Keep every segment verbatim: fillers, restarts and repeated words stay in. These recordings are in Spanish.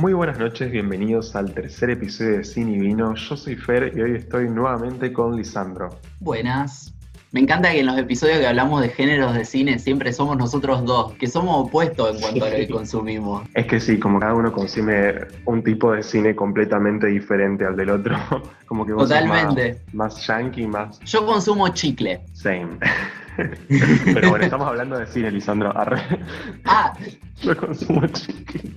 Muy buenas noches, bienvenidos al tercer episodio de Cine y Vino. Yo soy Fer y hoy estoy nuevamente con Lisandro. Buenas. Me encanta que en los episodios que hablamos de géneros de cine siempre somos nosotros dos, que somos opuestos en cuanto a lo que consumimos. Es que sí, como cada uno consume un tipo de cine completamente diferente al del otro, como que vos sos más, Totalmente. más yankee, más Yo consumo chicle. same. Pero bueno, estamos hablando de cine, Lisandro. Arre. Ah, Yo consumo chicle.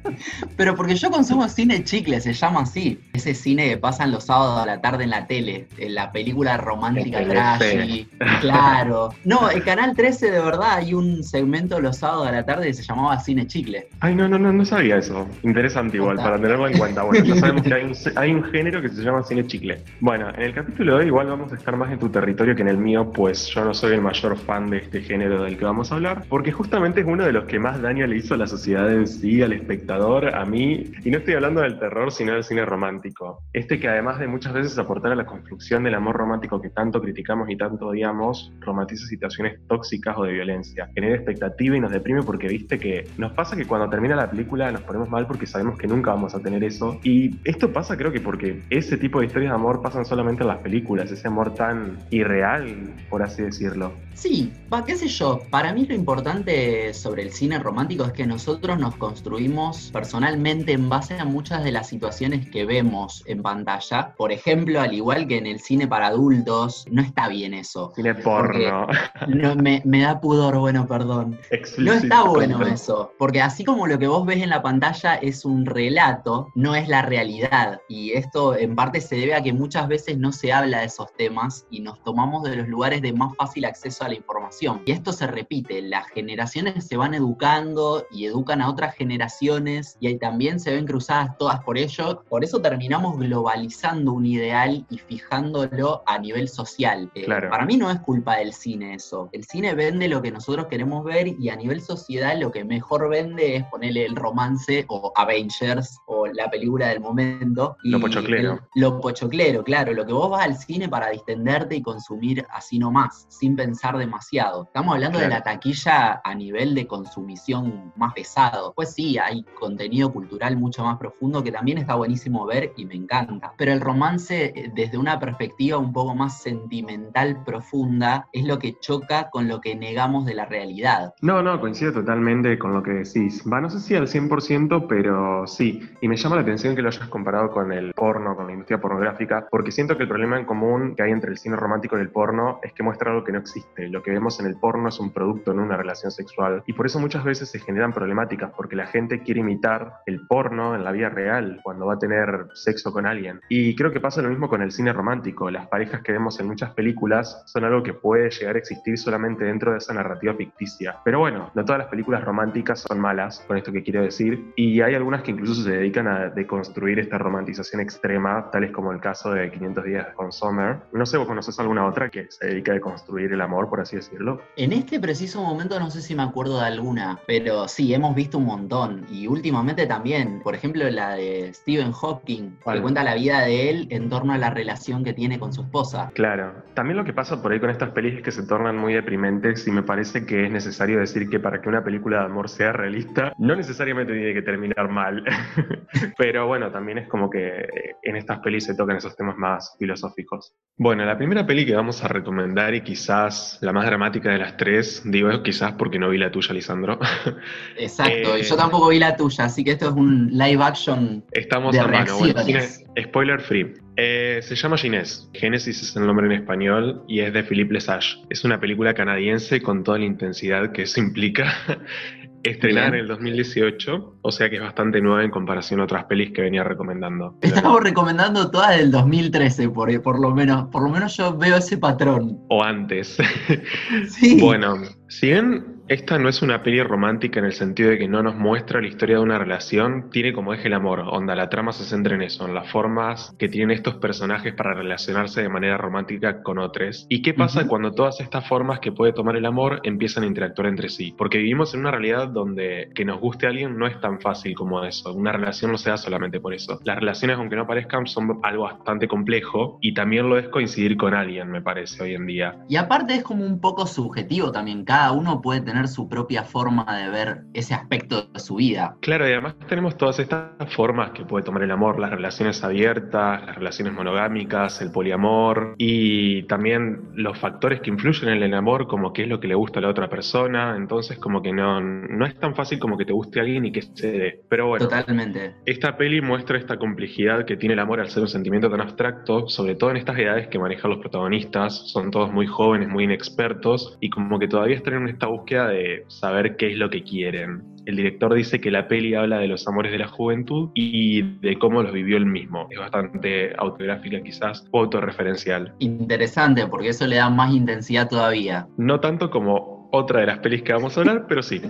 pero porque yo consumo cine chicle, se llama así. Ese cine que pasan los sábados a la tarde en la tele, en la película romántica En trashy. Claro. No, el Canal trece de verdad hay un segmento los sábados a la tarde que se llamaba Cine Chicle. Ay, no, no, no, no sabía eso. Interesante igual, Posta. para tenerlo en cuenta. Bueno, ya sabemos que hay un, hay un género que se llama cine chicle. Bueno, en el capítulo de hoy igual vamos a estar más en tu territorio que en el mío, pues yo no soy el mayor fan de este género del que vamos a hablar, porque justamente es uno de los que más daño le hizo a la sociedad en sí, al espectador, a mí, y no estoy hablando del terror, sino del cine romántico. Este que además de muchas veces aportar a la construcción del amor romántico que tanto criticamos y tanto odiamos, romantiza situaciones tóxicas o de violencia, genera expectativa y nos deprime porque viste que nos pasa que cuando termina la película nos ponemos mal porque sabemos que nunca vamos a tener eso, y esto pasa creo que porque ese tipo de historias de amor pasan solamente en las películas, ese amor tan irreal, por así decirlo. Sí, va, qué sé yo, para mí lo importante sobre el cine romántico es que nosotros nos construimos personalmente en base a muchas de las situaciones que vemos en pantalla. Por ejemplo, al igual que en el cine para adultos, no está bien eso. Cine porno. No, me, me da pudor, bueno, perdón. No Explicit está bueno content. eso, porque así como lo que vos ves en la pantalla es un relato, no es la realidad. Y esto en parte se debe a que muchas veces no se habla de esos temas y nos tomamos de los lugares de más fácil acceso a la información. Y esto se repite, las generaciones se van educando y educan a otras generaciones y ahí también se ven cruzadas todas por ello. Por eso terminamos globalizando un ideal y fijándolo a nivel social. Eh, Claro. Para mí no es culpa del cine eso. El cine vende lo que nosotros queremos ver y a nivel sociedad lo que mejor vende es ponerle el romance o Avengers o la película del momento. Y Lo pochoclero. el- lo pochoclero, claro. Lo que vos vas al cine para distenderte y consumir así nomás, sin pensar demasiado. Estamos hablando Claro. de la taquilla a nivel de consumición más pesado. Pues sí, hay contenido cultural mucho más profundo que también está buenísimo ver y me encanta. Pero el romance, eh, desde una perspectiva un poco más sentimental profunda, es lo que choca con lo que negamos de la realidad. No, no, coincido totalmente con lo que decís. Va, no sé si al cien por ciento, pero sí. Y me llama la atención que lo hayas comparado con el porno, con la industria pornográfica, porque siento que el problema en común que hay entre el cine romántico y el porno es que muestra algo que no existe. Lo que vemos en el porno es un producto, no una relación sexual. Y por eso muchas veces se generan problemáticas, porque la gente quiere imitar el porno en la vida real, cuando va a tener sexo con alguien. Y creo que pasa lo mismo con el cine romántico. Las parejas que vemos en muchas películas son algo que puede llegar a existir solamente dentro de esa narrativa ficticia. Pero bueno, no todas las películas románticas son malas, con esto que quiero decir, y hay algunas que incluso se dedican a deconstruir esta romantización extrema, tales como el caso de quinientos días con Summer. No sé, ¿vos conocés alguna otra que se dedica a deconstruir el amor, por así decirlo? En este preciso momento no sé si me acuerdo de alguna, pero sí, hemos visto un montón. Y últimamente también, por ejemplo, la de Stephen Hawking, ¿Cuál? que cuenta la vida de él en torno a la relación que tiene con su esposa. Claro. También lo que pasa por ahí con estas pelis es que se tornan muy deprimentes y me parece que es necesario decir que para que una película de amor sea realista, no necesariamente tiene que terminar mal. Pero bueno, también es como que en estas pelis se tocan esos temas más filosóficos. Bueno, la primera peli que vamos a recomendar y quizás la más dramática de las tres, digo quizás porque no vi la tuya, Lisandro. Exacto, y Eh, yo tampoco vi la tuya, así que esto es un live action Estamos de a mano. Bueno, reacciones. tiene spoiler free. Eh, se llama Ginés. Génesis es el nombre en español y es de Philippe Lesage. Es una película canadiense con toda la intensidad que eso implica. Estrenada en Bien. el dos mil dieciocho, o sea que es bastante nueva en comparación a otras pelis que venía recomendando. Estamos recomendando todas del dos mil trece, por, por lo menos. Por lo menos yo veo ese patrón. O antes. Sí. Bueno, si bien esta no es una peli romántica en el sentido de que no nos muestra la historia de una relación, tiene como eje el amor, onda, la trama se centra en eso, en las formas que tienen estos personajes para relacionarse de manera romántica con otros. ¿Y qué pasa Ujú. cuando todas estas formas que puede tomar el amor empiezan a interactuar entre sí? Porque vivimos en una realidad donde que nos guste a alguien no es tan fácil como eso, una relación no se da solamente por eso. Las relaciones, aunque no parezcan, son algo bastante complejo y también lo es coincidir con alguien, me parece, hoy en día. Y aparte es como un poco subjetivo también, cada uno puede tener tener su propia forma de ver ese aspecto de su vida. Claro, y además tenemos todas estas formas que puede tomar el amor, las relaciones abiertas, las relaciones monogámicas, el poliamor y también los factores que influyen en el amor, como qué es lo que le gusta a la otra persona. Entonces como que no, no es tan fácil como que te guste a alguien y que se dé. Pero bueno, Totalmente. esta peli muestra esta complejidad que tiene el amor al ser un sentimiento tan abstracto, sobre todo en estas edades que manejan los protagonistas. Son todos muy jóvenes, muy inexpertos y como que todavía están en esta búsqueda de saber qué es lo que quieren. El director dice que la peli habla de los amores de la juventud y de cómo los vivió él mismo. Es bastante autobiográfica quizás, o autorreferencial. Interesante, porque eso le da más intensidad todavía. No tanto como otra de las pelis que vamos a hablar, pero sí.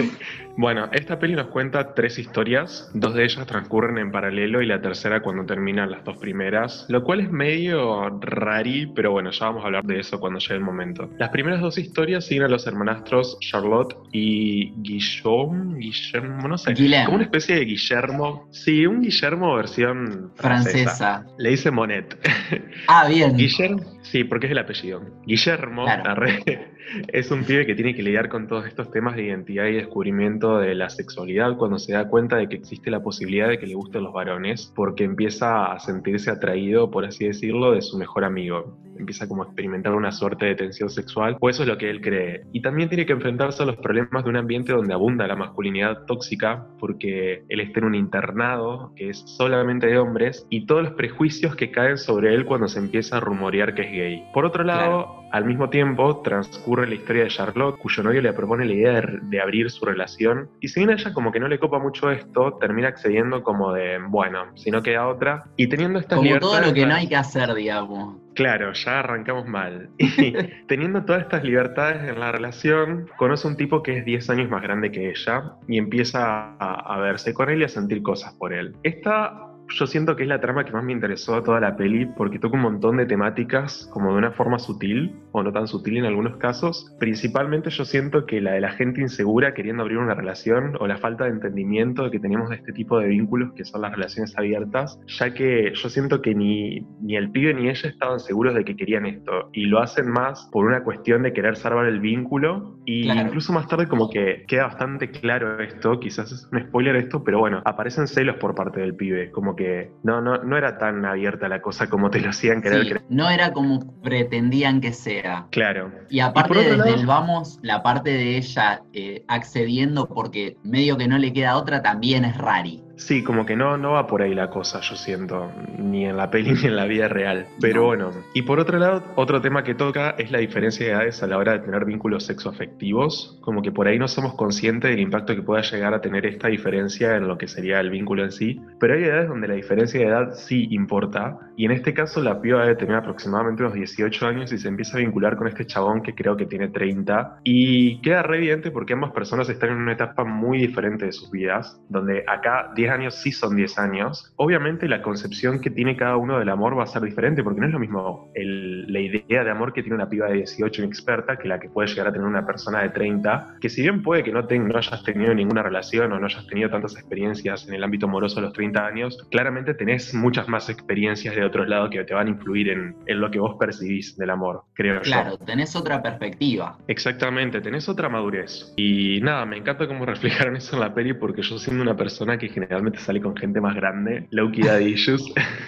Bueno, esta peli nos cuenta tres historias, dos de ellas transcurren en paralelo y la tercera cuando terminan las dos primeras, lo cual es medio rarí, pero bueno, ya vamos a hablar de eso cuando llegue el momento. Las primeras dos historias siguen a los hermanastros Charlotte y Guillaume, Guillermo, no sé, Guillem. como una especie de Guillermo, sí, un Guillermo versión Francesa. francesa. Le dice Monet. Ah, bien. Guillermo, sí, porque es el apellido. Guillermo, Claro. arre, es un pibe que tiene que lidiar con todos estos temas de identidad y descubrimiento de la sexualidad cuando se da cuenta de que existe la posibilidad de que le gusten los varones, porque empieza a sentirse atraído, por así decirlo, de su mejor amigo. Empieza como a experimentar una suerte de tensión sexual, o eso es lo que él cree. Y también tiene que enfrentarse a los problemas de un ambiente donde abunda la masculinidad tóxica, porque él está en un internado que es solamente de hombres, y todos los prejuicios que caen sobre él cuando se empieza a rumorear que es gay. Por otro lado, Claro. al mismo tiempo transcurre la historia de Charlotte, cuyo novio le propone la idea de, de abrir su relación, y si bien a ella como que no le copa mucho esto, termina accediendo como de, bueno, si no queda otra, y teniendo estas Como libertades... todo lo que no hay que hacer, digamos. Claro, ya arrancamos mal. Y teniendo todas estas libertades en la relación, conoce a un tipo que es diez años más grande que ella y empieza a, a verse con él y a sentir cosas por él. Esta... Yo siento que es la trama que más me interesó de toda la peli porque toca un montón de temáticas como de una forma sutil o no tan sutil en algunos casos. Principalmente yo siento que la de la gente insegura queriendo abrir una relación o la falta de entendimiento que tenemos de este tipo de vínculos que son las relaciones abiertas, ya que yo siento que ni, ni el pibe ni ella estaban seguros de que querían esto y lo hacen más por una cuestión de querer salvar el vínculo y Claro. incluso más tarde como que queda bastante claro esto, quizás es un spoiler esto, pero bueno, aparecen celos por parte del pibe, como que que no, no, no era tan abierta la cosa como te lo hacían querer Sí, creer. no era como pretendían que sea. Claro. Y aparte y por otro desde lado, el vamos, la parte de ella eh, accediendo porque medio que no le queda otra también es rari. Sí, como que no, no va por ahí la cosa, yo siento, ni en la peli ni en la vida real. Pero No. bueno, y por otro lado, otro tema que toca es la diferencia de edades a la hora de tener vínculos sexoafectivos, como que por ahí no somos conscientes del impacto que pueda llegar a tener esta diferencia en lo que sería el vínculo en sí, pero hay edades donde la diferencia de edad sí importa, y en este caso la piba debe tener aproximadamente unos dieciocho años y se empieza a vincular con este chabón que creo que tiene treinta, y queda re evidente porque ambas personas están en una etapa muy diferente de sus vidas, donde acá diez años sí son diez años. Obviamente la concepción que tiene cada uno del amor va a ser diferente, porque no es lo mismo el, la idea de amor que tiene una piba de dieciocho inexperta que la que puede llegar a tener una persona de treinta, que si bien puede que no, te, no hayas tenido ninguna relación o no hayas tenido tantas experiencias en el ámbito amoroso a los treinta años, claramente tenés muchas más experiencias de otros lados que te van a influir en, en lo que vos percibís del amor, creo Claro, yo. tenés otra perspectiva. Exactamente, tenés otra madurez. Y nada, me encanta cómo reflejaron eso en la peli, porque yo siendo una persona que generalmente sale con gente más grande, low-key daddy issues,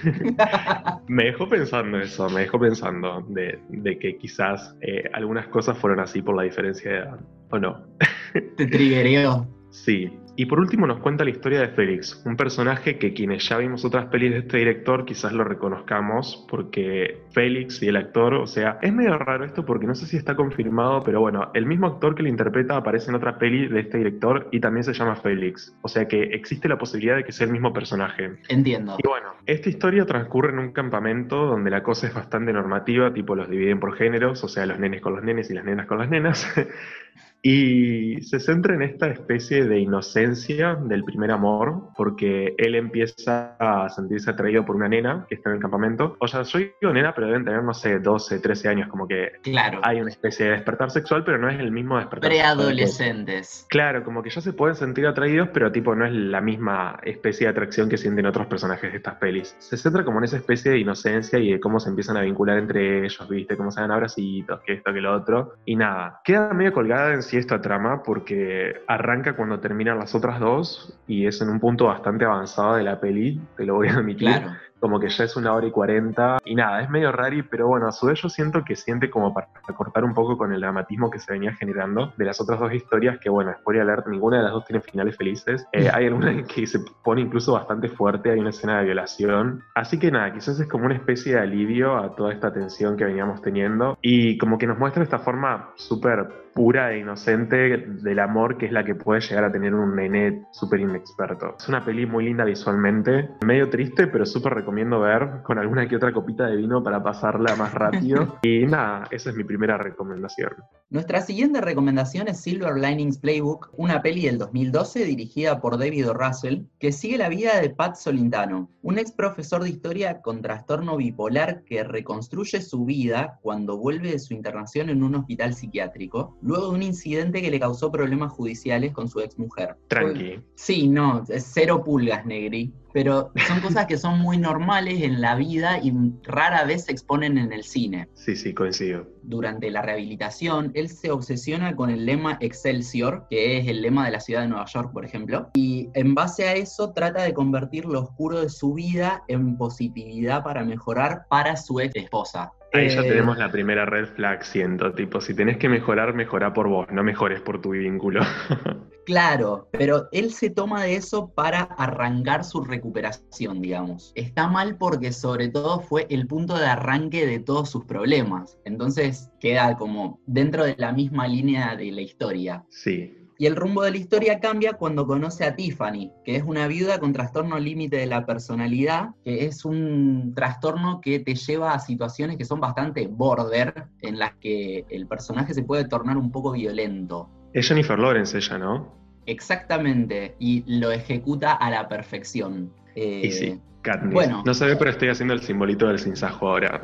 me dejó pensando eso, me dejó pensando de, de que quizás eh, algunas cosas fueron así por la diferencia de edad, ¿o no? Te triggereó. Sí. Y por último nos cuenta la historia de Félix, un personaje que quienes ya vimos otras pelis de este director quizás lo reconozcamos, porque Félix y el actor, o sea, es medio raro esto porque no sé si está confirmado, pero bueno, el mismo actor que lo interpreta aparece en otra peli de este director y también se llama Félix, o sea que existe la posibilidad de que sea el mismo personaje. Entiendo. Y bueno, esta historia transcurre en un campamento donde la cosa es bastante normativa, tipo los dividen por géneros, o sea, los nenes con los nenes y las nenas con las nenas. Y se centra en esta especie de inocencia del primer amor, porque él empieza a sentirse atraído por una nena que está en el campamento. O sea, yo digo nena, pero deben tener, no sé, doce, trece años, como que Claro. hay una especie de despertar sexual, pero no es el mismo despertar sexual. Preadolescentes. Claro, como que ya se pueden sentir atraídos, pero tipo no es la misma especie de atracción que sienten otros personajes de estas pelis. Se centra como en esa especie de inocencia y de cómo se empiezan a vincular entre ellos, ¿viste? Cómo se dan abracitos, que esto, que lo otro. Y nada, queda medio colgada en así esta trama porque arranca cuando terminan las otras dos y es en un punto bastante avanzado de la peli, te lo voy a admitir. Claro. Como que ya es una hora y cuarenta y nada, es medio rari, pero bueno, a su vez yo siento que siente como para cortar un poco con el dramatismo que se venía generando de las otras dos historias, que bueno, spoiler alert, ninguna de las dos tiene finales felices. Eh, hay alguna en que se pone incluso bastante fuerte, hay una escena de violación. Así que nada, quizás es como una especie de alivio a toda esta tensión que veníamos teniendo y como que nos muestra esta forma súper pura e inocente del amor que es la que puede llegar a tener un nené súper inexperto. Es una peli muy linda visualmente, medio triste, pero súper recomiendo ver con alguna que otra copita de vino para pasarla más rápido. Y nada, esa es mi primera recomendación. Nuestra siguiente recomendación es Silver Linings Playbook, una peli del dos mil doce dirigida por David O. Russell, que sigue la vida de Pat Solintano, un ex profesor de historia con trastorno bipolar que reconstruye su vida cuando vuelve de su internación en un hospital psiquiátrico, luego de un incidente que le causó problemas judiciales con su exmujer. Tranqui. Sí, no, es cero pulgas, negri. Pero son cosas que son muy normales en la vida y rara vez se exponen en el cine. Sí, sí, coincido. Durante la rehabilitación, él se obsesiona con el lema Excelsior, que es el lema de la ciudad de Nueva York, por ejemplo, y en base a eso trata de convertir lo oscuro de su vida en positividad para mejorar para su ex esposa. Ahí ya Eh, tenemos la primera red flag, siento, tipo, si tenés que mejorar, mejorá por vos, no mejores por tu vínculo. Claro, pero él se toma de eso para arrancar su recuperación, digamos. Está mal porque sobre todo fue el punto de arranque de todos sus problemas. Entonces queda como dentro de la misma línea de la historia. Sí. Y el rumbo de la historia cambia cuando conoce a Tiffany, que es una viuda con trastorno límite de la personalidad, que es un trastorno que te lleva a situaciones que son bastante border, en las que el personaje se puede tornar un poco violento. Es Jennifer Lawrence ella, ¿no? Exactamente, y lo ejecuta a la perfección. Eh, Y sí, Katniss. Bueno. No se ve, pero estoy haciendo el simbolito del sinsajo ahora.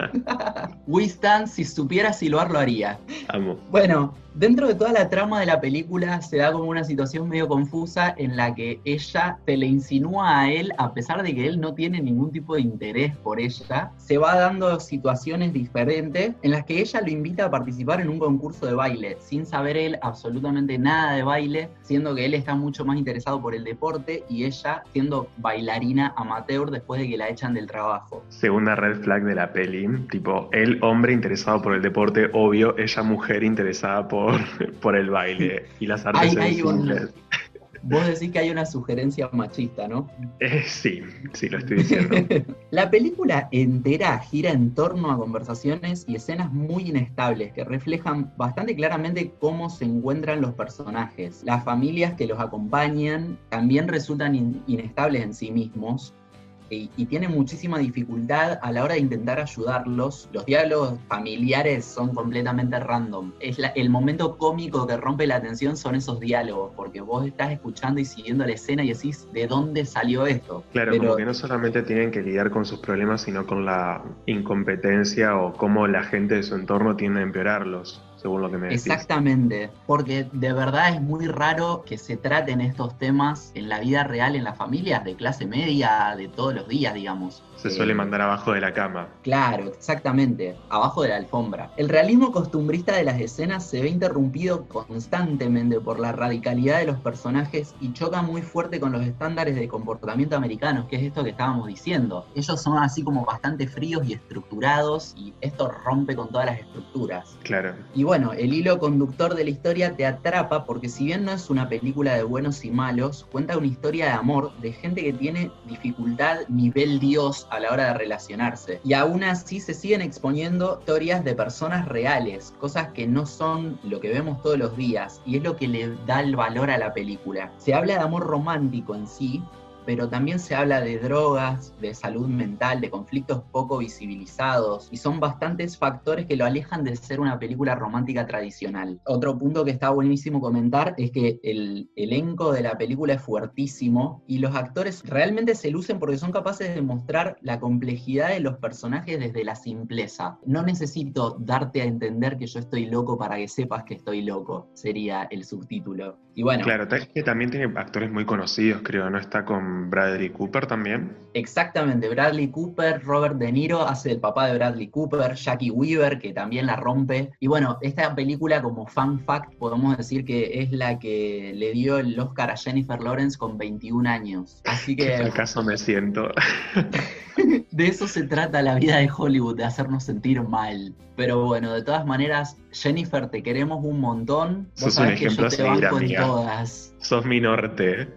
Winston, si supiera silbar, lo haría. Amo. Bueno, dentro de toda la trama de la película se da como una situación medio confusa en la que ella se le insinúa a él, a pesar de que él no tiene ningún tipo de interés por ella, se va dando situaciones diferentes en las que ella lo invita a participar en un concurso de baile, sin saber él absolutamente nada de baile, siendo que él está mucho más interesado por el deporte y ella siendo bailarina amateur después de que la echan del trabajo. Segunda red flag de la peli, tipo, él hombre interesado por el deporte, obvio, ella mujer interesada por, por el baile y las artes sensibles. Vos decís que hay una sugerencia machista, ¿no? Eh, sí, sí, lo estoy diciendo. La película entera gira en torno a conversaciones y escenas muy inestables que reflejan bastante claramente cómo se encuentran los personajes. Las familias que los acompañan también resultan in- inestables en sí mismos. Y, y tiene muchísima dificultad a la hora de intentar ayudarlos. Los diálogos familiares son completamente random. Es la, el momento cómico que rompe la tensión son esos diálogos, porque vos estás escuchando y siguiendo la escena y decís, ¿de dónde salió esto? Claro, Pero, como que no solamente tienen que lidiar con sus problemas, sino con la incompetencia o cómo la gente de su entorno tiende a empeorarlos, según lo que me decís. Exactamente, porque de verdad es muy raro que se traten estos temas en la vida real, en las familias de clase media, de todos los días, digamos. Se suele mandar abajo de la cama. Claro, exactamente, abajo de la alfombra. El realismo costumbrista de las escenas se ve interrumpido constantemente por la radicalidad de los personajes y choca muy fuerte con los estándares de comportamiento americanos, que es esto que estábamos diciendo. Ellos son así como bastante fríos y estructurados y esto rompe con todas las estructuras. Claro. Y bueno, el hilo conductor de la historia te atrapa porque si bien no es una película de buenos y malos, cuenta una historia de amor de gente que tiene dificultad nivel Dios a la hora de relacionarse. Y aún así se siguen exponiendo historias de personas reales, cosas que no son lo que vemos todos los días, y es lo que le da el valor a la película. Se habla de amor romántico en sí, pero también se habla de drogas, de salud mental, de conflictos poco visibilizados, y son bastantes factores que lo alejan de ser una película romántica tradicional. Otro punto que está buenísimo comentar es que el elenco de la película es fuertísimo, y los actores realmente se lucen porque son capaces de mostrar la complejidad de los personajes desde la simpleza. No necesito darte a entender que yo estoy loco para que sepas que estoy loco, sería el subtítulo. Y bueno. Claro, es que también tiene actores muy conocidos, creo, no está con con Bradley Cooper también. Exactamente, Bradley Cooper, Robert De Niro hace el papá de Bradley Cooper, Jackie Weaver, que también la rompe. Y bueno, esta película, como fun fact, podemos decir que es la que le dio el Oscar a Jennifer Lawrence con veintiún años. Así Qué que fracaso me siento. de eso se trata la vida de Hollywood, de hacernos sentir mal. Pero bueno, de todas maneras, Jennifer, te queremos un montón. Vos Sos un sabés que ejemplo yo a te seguir, banco en amiga. todas. Sos mi norte.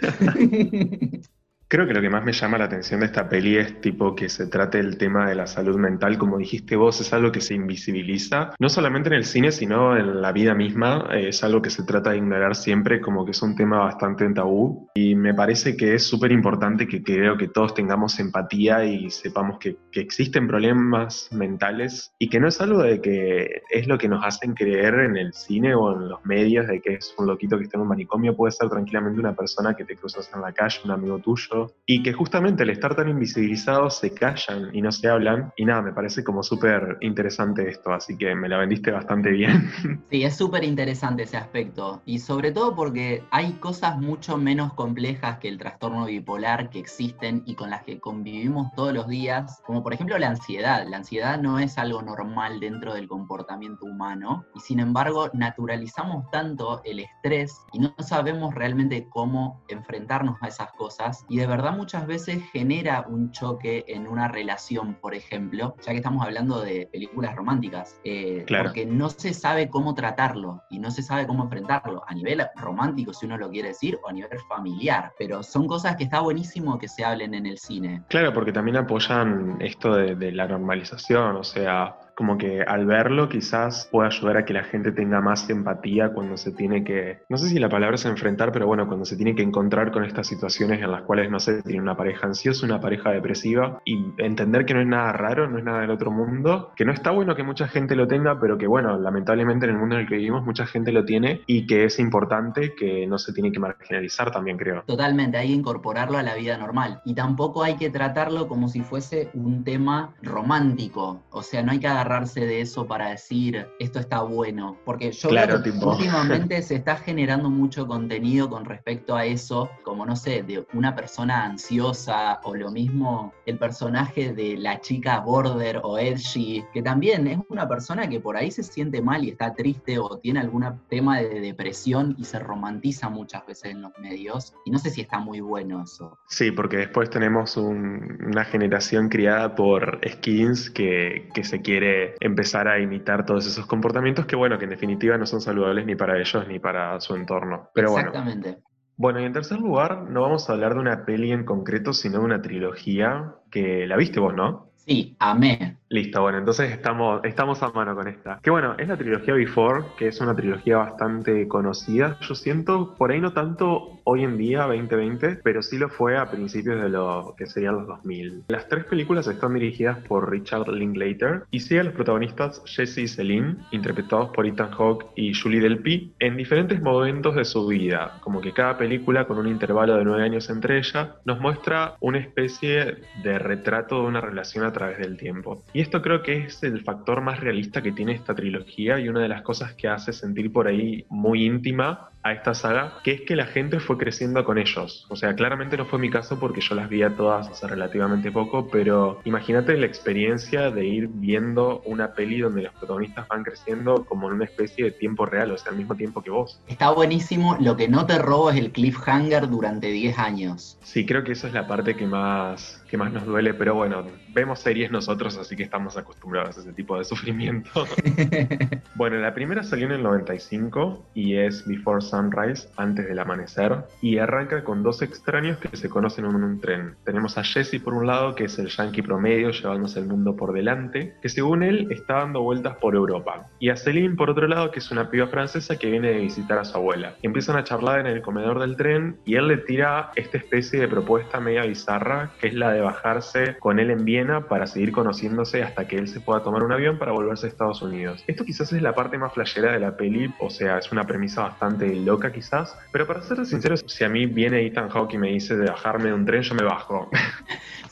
Creo que lo que más me llama la atención de esta peli es tipo que se trate el tema de la salud mental, como dijiste vos, es algo que se invisibiliza, no solamente en el cine, sino en la vida misma, eh, es algo que se trata de ignorar siempre, como que es un tema bastante tabú, y me parece que es súper importante que creo que todos tengamos empatía y sepamos que, que existen problemas mentales, y que no es algo de que es lo que nos hacen creer en el cine o en los medios, de que es un loquito que está en un manicomio, puede ser tranquilamente una persona que te cruzas en la calle, un amigo tuyo, y que justamente al estar tan invisibilizados se callan y no se hablan, y nada, me parece como súper interesante esto, así que me la vendiste bastante bien. Sí, es súper interesante ese aspecto, y sobre todo porque hay cosas mucho menos complejas que el trastorno bipolar que existen y con las que convivimos todos los días, como por ejemplo la ansiedad. La ansiedad no es algo normal dentro del comportamiento humano, y sin embargo naturalizamos tanto el estrés y no sabemos realmente cómo enfrentarnos a esas cosas, y de verdad muchas veces genera un choque en una relación, por ejemplo, ya que estamos hablando de películas románticas, eh, Claro. porque no se sabe cómo tratarlo y no se sabe cómo enfrentarlo a nivel romántico, si uno lo quiere decir, o a nivel familiar, pero son cosas que está buenísimo que se hablen en el cine. Claro, porque también apoyan esto de, de la normalización, o sea, como que al verlo quizás puede ayudar a que la gente tenga más empatía cuando se tiene que, no sé si la palabra es enfrentar, pero bueno, cuando se tiene que encontrar con estas situaciones en las cuales, no sé, tiene una pareja ansiosa, una pareja depresiva, y entender que no es nada raro, no es nada del otro mundo, que no está bueno que mucha gente lo tenga, pero que bueno, lamentablemente en el mundo en el que vivimos mucha gente lo tiene y que es importante, que no se tiene que marginalizar también, creo. Totalmente, hay que incorporarlo a la vida normal. Y tampoco hay que tratarlo como si fuese un tema romántico. O sea, no hay que agarrarse de eso para decir esto está bueno. Porque yo Claro, veo que tipo, últimamente se está generando mucho contenido con respecto a eso, como no sé, de una persona ansiosa, o lo mismo el personaje de la chica border o edgy, que también es una persona que por ahí se siente mal y está triste o tiene algún tema de depresión y se romantiza muchas veces en los medios. Y no sé si está muy bueno eso. sí, porque después tenemos un- una generación criada por skins que, que se quiere empezar a imitar todos esos comportamientos que, bueno, que en definitiva no son saludables ni para ellos ni para su entorno. Pero bueno. Exactamente. Bueno, y en tercer lugar, no vamos a hablar de una peli en concreto, sino de una trilogía que la viste vos, ¿no? Sí, amé. Listo, bueno, entonces estamos, estamos a mano con esta. Que bueno, es la trilogía Before, que es una trilogía bastante conocida. Yo siento, por ahí no tanto hoy en día, veinte veinte, pero sí lo fue a principios de lo que serían los dos mil. Las tres películas están dirigidas por Richard Linklater y sigue a los protagonistas Jesse y Celine, interpretados por Ethan Hawke y Julie Delpy, en diferentes momentos de su vida. Como que cada película, con un intervalo de nueve años entre ellas, nos muestra una especie de retrato de una relación a través del tiempo. Y esto creo que es el factor más realista que tiene esta trilogía y una de las cosas que hace sentir por ahí muy íntima a esta saga, que es que la gente fue creciendo con ellos. O sea, claramente no fue mi caso porque yo las vi a todas hace relativamente poco, pero imagínate la experiencia de ir viendo una peli donde los protagonistas van creciendo como en una especie de tiempo real, o sea, al mismo tiempo que vos. Está buenísimo. Lo que no te robo es el cliffhanger durante diez años. Sí, creo que eso es la parte que más, que más nos duele, pero bueno, vemos series nosotros, así que estamos acostumbrados a ese tipo de sufrimiento. Bueno, la primera salió en el noventa y cinco y es Before Sunrise, antes del amanecer, y arranca con dos extraños que se conocen en un tren. Tenemos a Jesse por un lado, que es el yankee promedio llevándose el mundo por delante, que según él está dando vueltas por Europa, y a Celine por otro lado, que es una piba francesa que viene de visitar a su abuela. Empiezan a charlar en el comedor del tren y él le tira esta especie de propuesta media bizarra, que es la de bajarse con él en Viena para seguir conociéndose hasta que él se pueda tomar un avión para volverse a Estados Unidos. Esto quizás es la parte más flashera de la peli, o sea, es una premisa bastante loca quizás, pero para ser sincero, si a mí viene Ethan Hawke y me dice de bajarme de un tren, yo me bajo.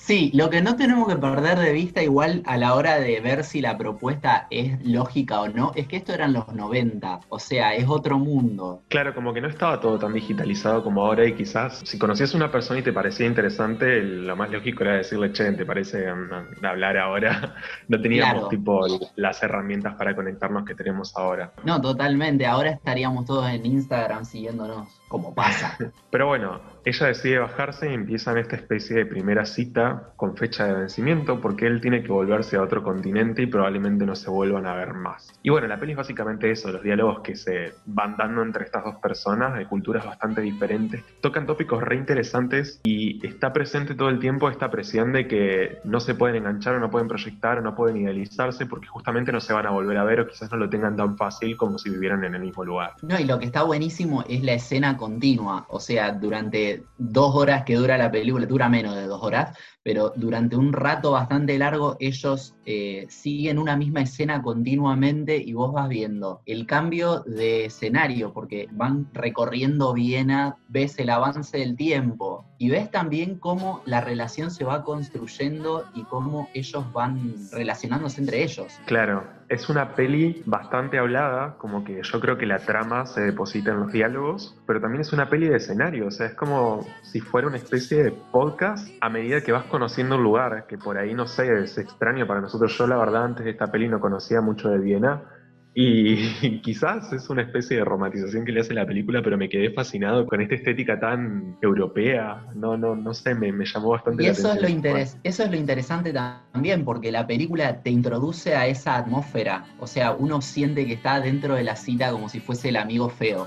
Sí, lo que no tenemos que perder de vista igual a la hora de ver si la propuesta es lógica o no, es que esto eran los noventa, o sea, es otro mundo. Claro, como que no estaba todo tan digitalizado como ahora y quizás si conocías a una persona y te parecía interesante, lo más lógico era decirle, che, ¿te parece mm, hablar ahora? No teníamos Claro, tipo las herramientas para conectarnos que tenemos ahora. no, totalmente, ahora estaríamos todos en Instagram siguiéndonos, como pasa. Pero bueno, ella decide bajarse y empiezan esta especie de primera cita con fecha de vencimiento porque él tiene que volverse a otro continente y probablemente no se vuelvan a ver más. Y bueno, la peli es básicamente eso, los diálogos que se van dando entre estas dos personas de culturas bastante diferentes. Tocan tópicos re interesantes y está presente todo el tiempo esta presión de que no se pueden enganchar o no pueden proyectar o no pueden idealizarse porque justamente no se van a volver a ver o quizás no lo tengan tan fácil como si vivieran en el mismo lugar. No, y lo que está buenísimo es la escena continua, o sea, durante dos horas que dura la película, dura menos de dos horas, pero durante un rato bastante largo ellos eh, siguen una misma escena continuamente y vos vas viendo el cambio de escenario, porque van recorriendo Viena, ves el avance del tiempo y ves también cómo la relación se va construyendo y cómo ellos van relacionándose entre ellos. Claro, es una peli bastante hablada, como que yo creo que la trama se deposita en los diálogos, pero también es una peli de escenario, o sea, es como si fuera una especie de podcast a medida que vas conociendo un lugar, que por ahí, no sé, es extraño para nosotros. Yo la verdad antes de esta peli no conocía mucho de Viena, y quizás es una especie de romantización que le hace la película, pero me quedé fascinado con esta estética tan europea, no, no, no sé, me, me llamó bastante Y la eso es, lo atención. Bueno. interes- eso es lo interesante también, porque la película te introduce a esa atmósfera. O sea, uno siente que está dentro de la cita como si fuese el amigo feo.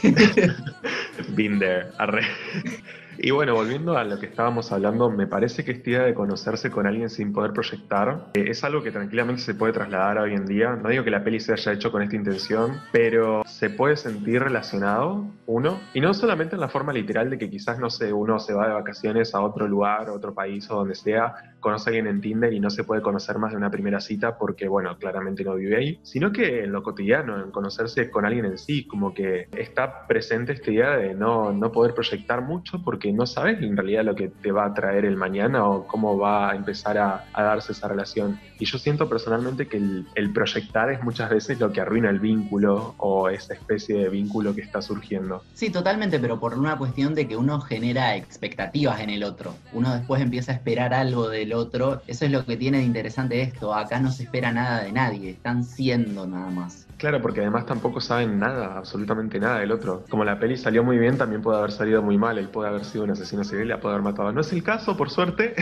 Been there, arre. Y bueno, volviendo a lo que estábamos hablando, me parece que esta idea de conocerse con alguien sin poder proyectar eh, es algo que tranquilamente se puede trasladar hoy en día. No digo que la peli se haya hecho con esta intención, pero se puede sentir relacionado, uno, y no solamente en la forma literal de que quizás, no sé, uno se va de vacaciones a otro lugar, a otro país o donde sea, conoce a alguien en Tinder y no se puede conocer más de una primera cita porque, bueno, claramente no vive ahí, sino que en lo cotidiano, en conocerse con alguien en sí, como que está presente esta idea de no, no poder proyectar mucho porque no sabes en realidad lo que te va a traer el mañana o cómo va a empezar a, a darse esa relación. Y yo siento personalmente que el, el proyectar es muchas veces lo que arruina el vínculo o esa especie de vínculo que está surgiendo. Sí, totalmente, pero por una cuestión de que uno genera expectativas en el otro. Uno después empieza a esperar algo del otro. Eso es lo que tiene de interesante esto. Acá no se espera nada de nadie, están siendo nada más. Claro, porque además tampoco saben nada, absolutamente nada del otro. Como la peli salió muy bien, también puede haber salido muy mal. Él puede haber sido un asesino serial, la puede haber matado. No es el caso, por suerte.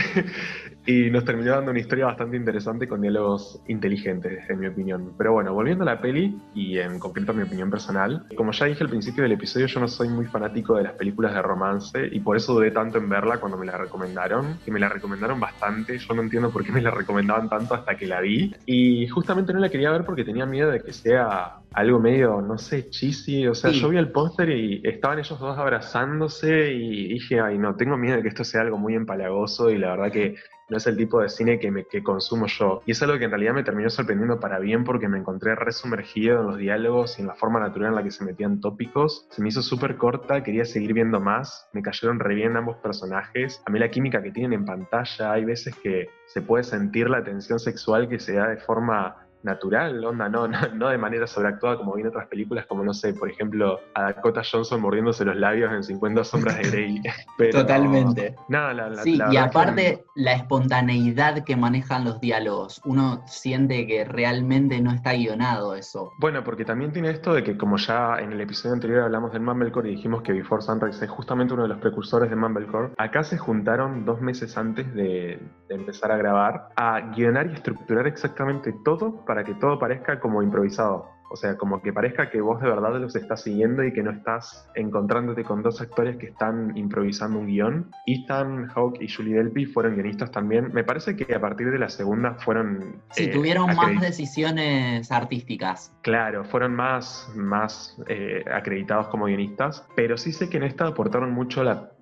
Y nos terminó dando una historia bastante interesante con diálogos inteligentes, en mi opinión. Pero bueno, volviendo a la peli, y en concreto a mi opinión personal, como ya dije al principio del episodio, yo no soy muy fanático de las películas de romance y por eso dudé tanto en verla cuando me la recomendaron, que me la recomendaron bastante. Yo no entiendo por qué me la recomendaban tanto hasta que la vi. Y justamente no la quería ver porque tenía miedo de que sea algo medio, no sé, cheesy. O sea, Sí, yo vi el póster y estaban ellos dos abrazándose y dije, ay no, tengo miedo de que esto sea algo muy empalagoso y la verdad que no es el tipo de cine que, me, que consumo yo. Y es algo que en realidad me terminó sorprendiendo para bien porque me encontré resumergido en los diálogos y en la forma natural en la que se metían tópicos. Se me hizo súper corta, quería seguir viendo más. Me cayeron re bien ambos personajes. A mí la química que tienen en pantalla, hay veces que se puede sentir la tensión sexual que se da de forma natural, onda, no, no, no de manera sobreactuada como vi en otras películas, como no sé, por ejemplo, a Dakota Johnson mordiéndose los labios en cincuenta sombras de Grey. Pero totalmente. nada, la, la, Sí, la y verdad que aparte la espontaneidad que manejan los diálogos. Uno siente que realmente no está guionado eso. bueno, porque también tiene esto de que como ya en el episodio anterior hablamos del Mumblecore y dijimos que Before Sunrise es justamente uno de los precursores de Mumblecore, acá se juntaron dos meses antes de, de empezar a grabar a guionar y estructurar exactamente todo para que todo parezca como improvisado. O sea, como que parezca que vos de verdad los estás siguiendo y que no estás encontrándote con dos actores que están improvisando un guión. Ethan Hawke y Julie Delpy fueron guionistas también. Me parece que a partir de la segunda fueron Sí, eh, tuvieron más acreditados. decisiones artísticas. Claro, fueron más, más eh, acreditados como guionistas, pero sí sé que en esta aportaron mucho la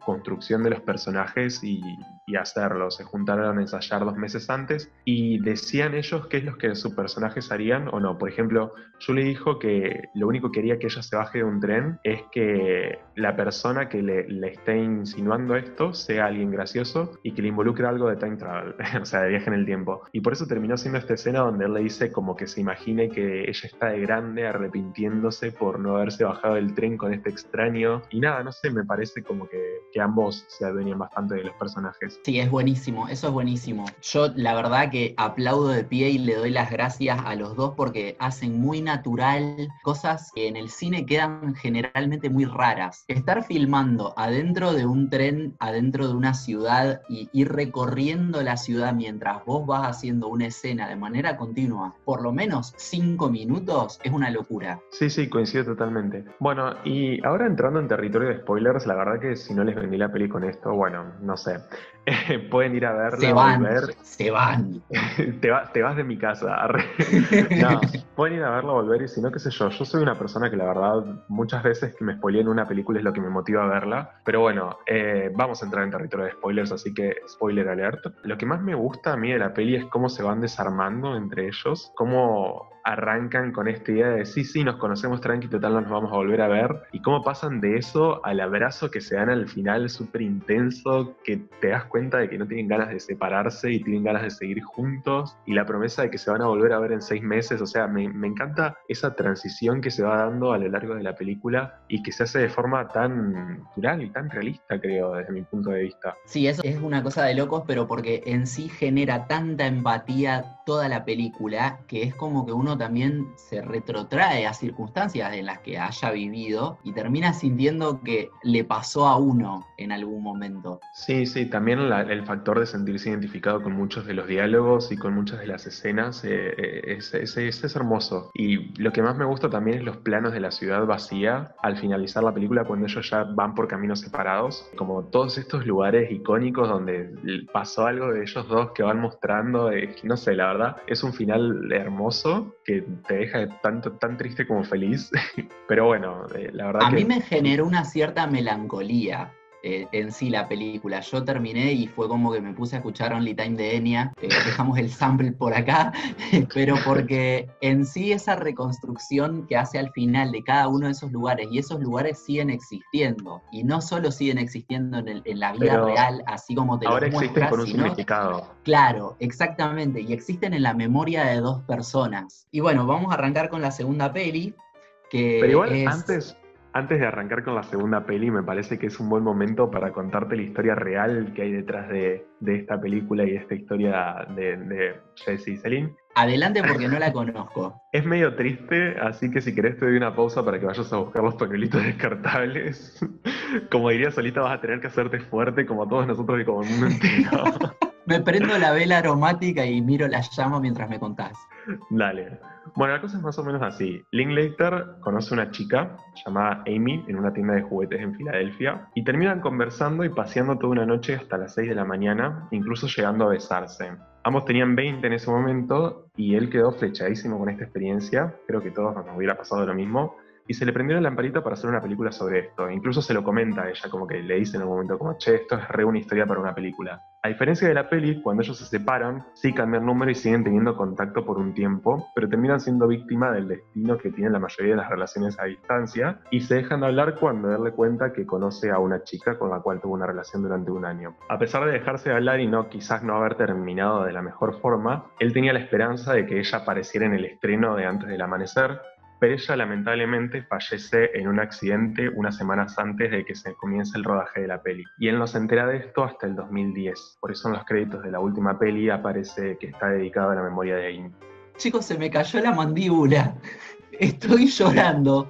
construcción de los personajes y, y hacerlo. Se juntaron a ensayar dos meses antes y decían ellos qué es lo que sus personajes harían o no. Por ejemplo, Julie dijo que lo único que quería que ella se baje de un tren es que la persona que le, le esté insinuando esto sea alguien gracioso y que le involucre algo de time travel, o sea, de viaje en el tiempo. Y por eso terminó siendo esta escena donde él le dice como que se imagine que ella está de grande arrepintiéndose por no haberse bajado del tren con este extraño. Y nada, no sé, me parece como que, que ambos se adueñan bastante de los personajes. Sí, es buenísimo, eso es buenísimo. Yo la verdad que aplaudo de pie y le doy las gracias a los dos porque hacen muy natural cosas que en el cine quedan generalmente muy raras. Estar filmando adentro de un tren, adentro de una ciudad y ir recorriendo la ciudad mientras vos vas haciendo una escena de manera continua, por lo menos cinco minutos, es una locura. Sí, sí, coincido totalmente. Bueno, y ahora entrando en territorio de spoilers, la verdad que si no les vendí la peli con esto, bueno, no sé. Pueden ir a verla, Se van, volver. se van. te, va, te vas de mi casa. Arre. No, pueden ir a verla, volver y si no, qué sé yo. Yo soy una persona que la verdad muchas veces que me spoileen una película es lo que me motiva a verla. Pero bueno, eh, vamos a entrar en territorio de spoilers, así que spoiler alert. Lo que más me gusta a mí de la peli es cómo se van desarmando entre ellos, cómo arrancan con esta idea de sí, sí, nos conocemos tranqui, total no nos vamos a volver a ver, y cómo pasan de eso al abrazo que se dan al final súper intenso, que te das cuenta de que no tienen ganas de separarse y tienen ganas de seguir juntos, y la promesa de que se van a volver a ver en seis meses. O sea, me, me encanta esa transición que se va dando a lo largo de la película y que se hace de forma tan natural y tan realista, creo, desde mi punto de vista. Sí, eso es una cosa de locos, pero porque en sí genera tanta empatía toda la película que es como que uno también se retrotrae a circunstancias en las que haya vivido y termina sintiendo que le pasó a uno en algún momento. Sí, sí, también la- el factor de sentirse identificado con muchos de los diálogos y con muchas de las escenas eh, eh, es, es- es- es hermoso. Y lo que más me gusta también es los planos de la ciudad vacía al finalizar la película cuando ellos ya van por caminos separados, como todos estos lugares icónicos donde pasó algo de ellos dos que van mostrando, eh, no sé, la verdad es un final hermoso que te deja tanto, tan triste como feliz, pero bueno, eh, la verdad A mí que me generó una cierta melancolía eh, en sí la película. Yo terminé y fue como que me puse a escuchar Only Time de Enya. Eh, dejamos el sample por acá, pero porque en sí esa reconstrucción que hace al final de cada uno de esos lugares, y esos lugares siguen existiendo, y no solo siguen existiendo en, el, en la vida pero real, así como te ahora los existen muestras, con un sino, significado. claro, exactamente, y existen en la memoria de dos personas. Y bueno, vamos a arrancar con la segunda peli, Pero que igual es... antes, antes de arrancar con la segunda peli, me parece que es un buen momento para contarte la historia real que hay detrás de, de esta película y de esta historia de, de Jesse y Celine. Adelante porque no la conozco. Es medio triste, así que si querés te doy una pausa para que vayas a buscar los pañuelitos descartables. Como diría Solita, vas a tener que hacerte fuerte como todos nosotros y como el mundo entero. Me prendo la vela aromática y miro la llama mientras me contás. Dale. Bueno, la cosa es más o menos así. Linklater conoce a una chica llamada Amy en una tienda de juguetes en Filadelfia y terminan conversando y paseando toda una noche hasta las seis de la mañana, incluso llegando a besarse. Ambos tenían veinte en ese momento y él quedó flechadísimo con esta experiencia. Creo que todos nos hubiera pasado lo mismo. Y se le prendió la lamparita para hacer una película sobre esto. Incluso se lo comenta a ella, como que le dice en un momento como, che, esto es re una historia para una película. A diferencia de la peli, cuando ellos se separan, sí cambian número y siguen teniendo contacto por un tiempo, pero terminan siendo víctima del destino que tienen la mayoría de las relaciones a distancia y se dejan de hablar cuando él le cuenta que conoce a una chica con la cual tuvo una relación durante un año. A pesar de dejarse de hablar y no quizás no haber terminado de la mejor forma, él tenía la esperanza de que ella apareciera en el estreno de Antes del Amanecer, pero ella lamentablemente fallece en un accidente unas semanas antes de que se comience el rodaje de la peli. Y él no se entera de esto hasta el dos mil diez. Por eso en los créditos de la última peli aparece que está dedicado a la memoria de Amy. Chicos, se me cayó la mandíbula. Estoy llorando.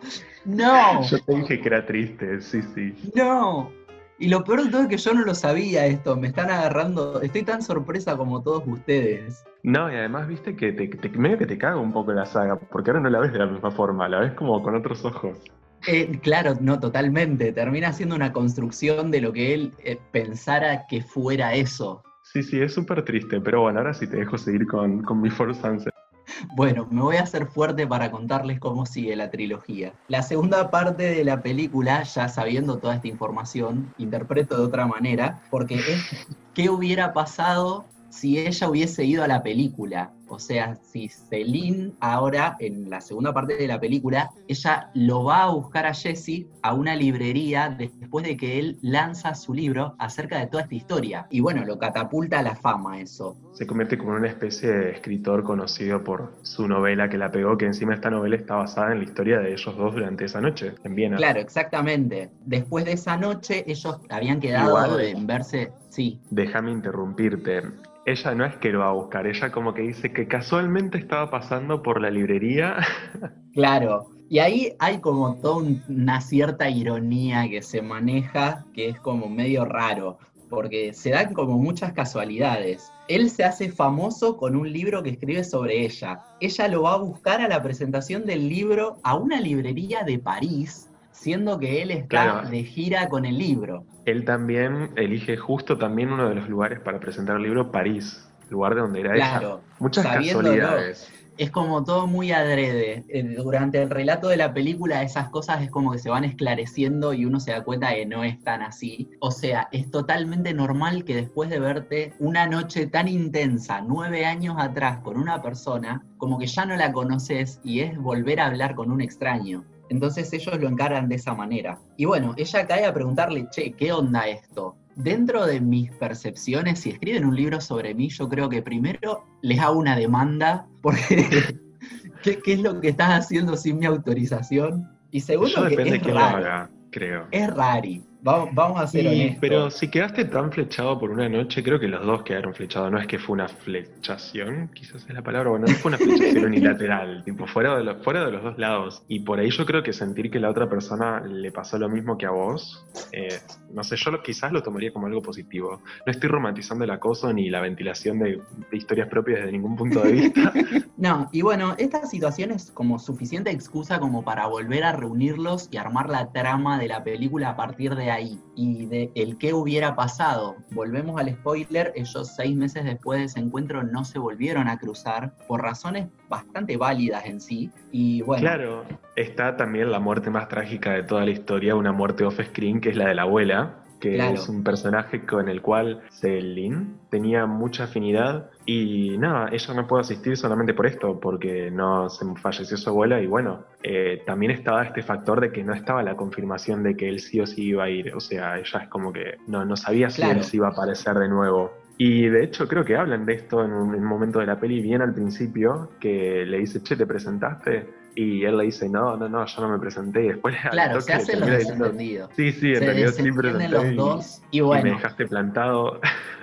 No, Yo te dije que era triste, sí, sí. no. Y lo peor de todo es que yo no lo sabía esto. Me están agarrando. Estoy tan sorpresa como todos ustedes. No, y además viste que te, te- medio que te caga un poco la saga, porque ahora no la ves de la misma forma, la ves como con otros ojos. Eh, claro, no, totalmente. Termina siendo una construcción de lo que él eh, pensara que fuera eso. Sí, sí, es súper triste, pero bueno, ahora sí te dejo seguir con, con Before Sunset. Bueno, me voy a hacer fuerte para contarles cómo sigue la trilogía. La segunda parte de la película, ya sabiendo toda esta información, interpreto de otra manera, porque es qué hubiera pasado si ella hubiese ido a la película. O sea, si Celine ahora, en la segunda parte de la película, ella lo va a buscar a Jesse a una librería después de que él lanza su libro acerca de toda esta historia. Y bueno, lo catapulta a la fama eso. Se convierte como en una especie de escritor conocido por su novela que la pegó, que encima esta novela está basada en la historia de ellos dos durante esa noche, en Viena. Claro, exactamente. Después de esa noche, ellos habían quedado Igual, en verse, sí, déjame interrumpirte. Ella no es que lo va a buscar, ella como que dice que casualmente estaba pasando por la librería. claro. Y ahí hay como toda un- una cierta ironía que se maneja, que es como medio raro, porque se dan como muchas casualidades. Él se hace famoso con un libro que escribe sobre ella. Ella lo va a buscar a la presentación del libro a una librería de París, siendo que él está Claro, de gira con el libro. él también elige justo también uno de los lugares para presentar el libro, París, lugar de donde era ella. Claro, Muchas sabiéndolo, casualidades. es como todo muy adrede. Eh, Durante el relato de la película esas cosas es como que se van esclareciendo y uno se da cuenta de que no es tan así. O sea, es totalmente normal que después de verte una noche tan intensa, nueve años atrás, con una persona, como que ya no la conoces y es volver a hablar con un extraño. Entonces ellos lo encaran de esa manera. Y bueno, ella cae a preguntarle, che, ¿qué onda esto? Dentro de mis percepciones, si escriben un libro sobre mí, yo creo que primero les hago una demanda, porque ¿qué, qué es lo que estás haciendo sin mi autorización? Y Yo segundo, que depende de es quién lo raro, haga, creo. es rari. Vamos, vamos a ser Y, pero honestos. si quedaste tan flechado por una noche, creo que los dos quedaron flechados. No es que fue una flechación, quizás es la palabra. Bueno, no fue una flechación unilateral, tipo, fuera de, los, fuera de los dos lados. Y por ahí yo creo que sentir que la otra persona le pasó lo mismo que a vos, eh, no sé, yo lo- quizás lo tomaría como algo positivo. No estoy romantizando el acoso ni la ventilación de, de historias propias desde ningún punto de vista. No, y bueno, esta situación es como suficiente excusa como para volver a reunirlos y armar la trama de la película a partir de ahí y de el qué hubiera pasado. Volvemos al spoiler, ellos seis meses después de ese encuentro no se volvieron a cruzar por razones bastante válidas en sí. Y bueno, Claro, está también la muerte más trágica de toda la historia, una muerte off-screen, que es la de la abuela, que es claro, un personaje con el cual Celine tenía mucha afinidad y nada, ella no pudo asistir solamente por esto, porque no se falleció su abuela y bueno, eh, también estaba este factor de que no estaba la confirmación de que él sí o sí iba a ir, o sea, ella es como que no, no sabía si él claro. se iba a aparecer de nuevo. Y de hecho creo que hablan de esto en un, en un momento de la peli bien al principio, que le dice, che, ¿te presentaste? Y él le dice, no, no, no, yo no me presenté. Y después al Claro, se toque le hacen los termina diciendo, desentendidos. sí, sí, en Se realidad sí desentienden presenté los y, dos y y me bueno. dejaste plantado.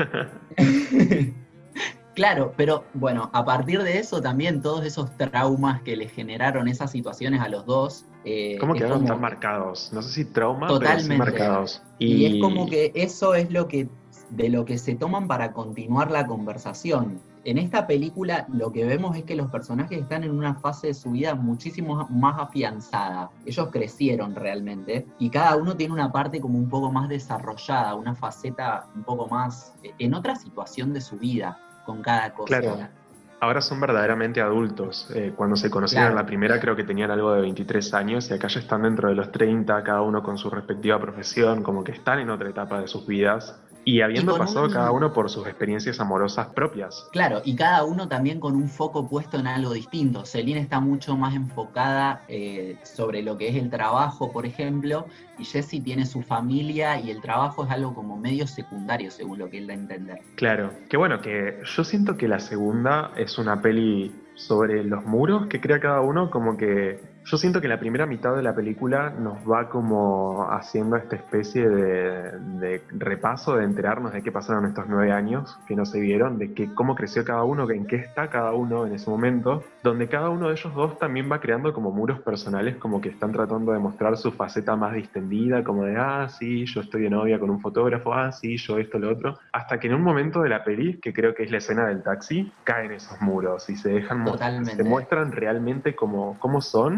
Claro, pero bueno, a partir de eso también todos esos traumas que le generaron esas situaciones a los dos, eh, ¿Cómo es quedaron tan como que marcados? No sé si trauma, pero sí totalmente. marcados. Y es como Y que eso es lo que, de lo que se toman para continuar la conversación. En esta película lo que vemos es que los personajes están en una fase de su vida muchísimo más afianzada. Ellos crecieron realmente y cada uno tiene una parte como un poco más desarrollada, una faceta un poco más en otra situación de su vida con cada cosa. claro, ahora son verdaderamente adultos. Eh, cuando se conocieron Claro, la primera creo que tenían algo de veintitrés años y acá ya están dentro de los treinta, cada uno con su respectiva profesión, como que están en otra etapa de sus vidas y y habiendo con pasado cada un, uno por sus experiencias amorosas propias. claro, y cada uno también con un foco puesto en algo distinto. Celine está mucho más enfocada eh, sobre lo que es el trabajo, por ejemplo, y Jessie tiene su familia y el trabajo es algo como medio secundario, según lo que él da a entender. Claro, que bueno, que yo siento que la segunda es una peli sobre los muros que crea cada uno, como que yo siento que la primera mitad de la película nos va como haciendo esta especie de, de repaso, de enterarnos de qué pasaron estos nueve años que no se vieron, de que cómo creció cada uno, que en qué está cada uno en ese momento, donde cada uno de ellos dos también va creando como muros personales, como que están tratando de mostrar su faceta más distendida, como de, ah, sí, yo estoy de novia con un fotógrafo, ah, sí, yo esto, lo otro, hasta que en un momento de la peli, que creo que es la escena del taxi, caen esos muros y se dejan, mos- se Totalmente. muestran realmente como, cómo son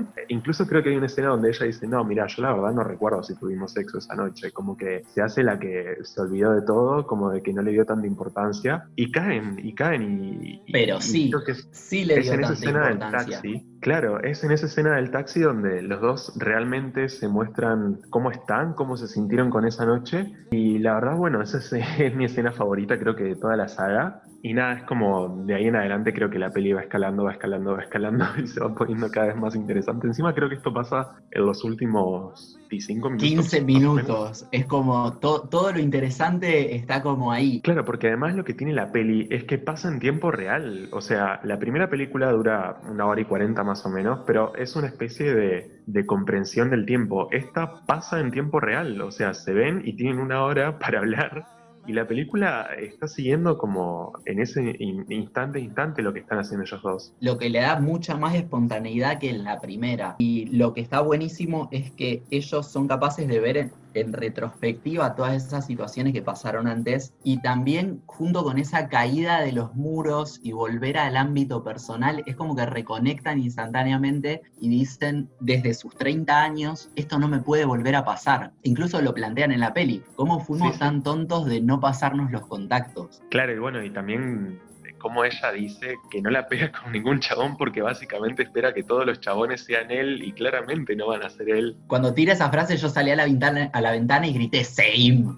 Incluso creo que hay una escena donde ella dice, no, mira, yo la verdad no recuerdo si tuvimos sexo esa noche, como que se hace la que se olvidó de todo, como de que no le dio tanta importancia, y caen, y caen, y, Pero y, y sí, creo que es, sí le es dio en esa tanta escena del importancia. taxi, claro, es en esa escena del taxi donde los dos realmente se muestran cómo están, cómo se sintieron con esa noche, y la verdad, bueno, esa es, es mi escena favorita creo que de toda la saga. Y nada, es como de ahí en adelante creo que la peli va escalando, va escalando, va escalando y se va poniendo cada vez más interesante. Encima creo que esto pasa en los últimos veinticinco quince minutos, más o menos. minutos, es como to- todo lo interesante está como ahí. Claro, porque además lo que tiene la peli es que pasa en tiempo real. O sea, la primera película dura una hora y cuarenta más o menos, pero es una especie de, de comprensión del tiempo. Esta pasa en tiempo real, o sea, se ven y tienen una hora para hablar. Y la película está siguiendo como en ese in- instante, instante lo que están haciendo ellos dos. Lo que le da mucha más espontaneidad que en la primera. Y lo que está buenísimo es que ellos son capaces de ver en, en retrospectiva todas esas situaciones que pasaron antes y también junto con esa caída de los muros y volver al ámbito personal, es como que reconectan instantáneamente y dicen desde sus treinta años, esto no me puede volver a pasar. Incluso lo plantean en la peli, ¿cómo Sí, fuimos sí. tan tontos de no pasarnos los contactos? Claro, y bueno, y también como ella dice que no la pega con ningún chabón porque básicamente espera que todos los chabones sean él y claramente no van a ser él. Cuando tira esa frase yo salí a la ventana, a la ventana y grité same.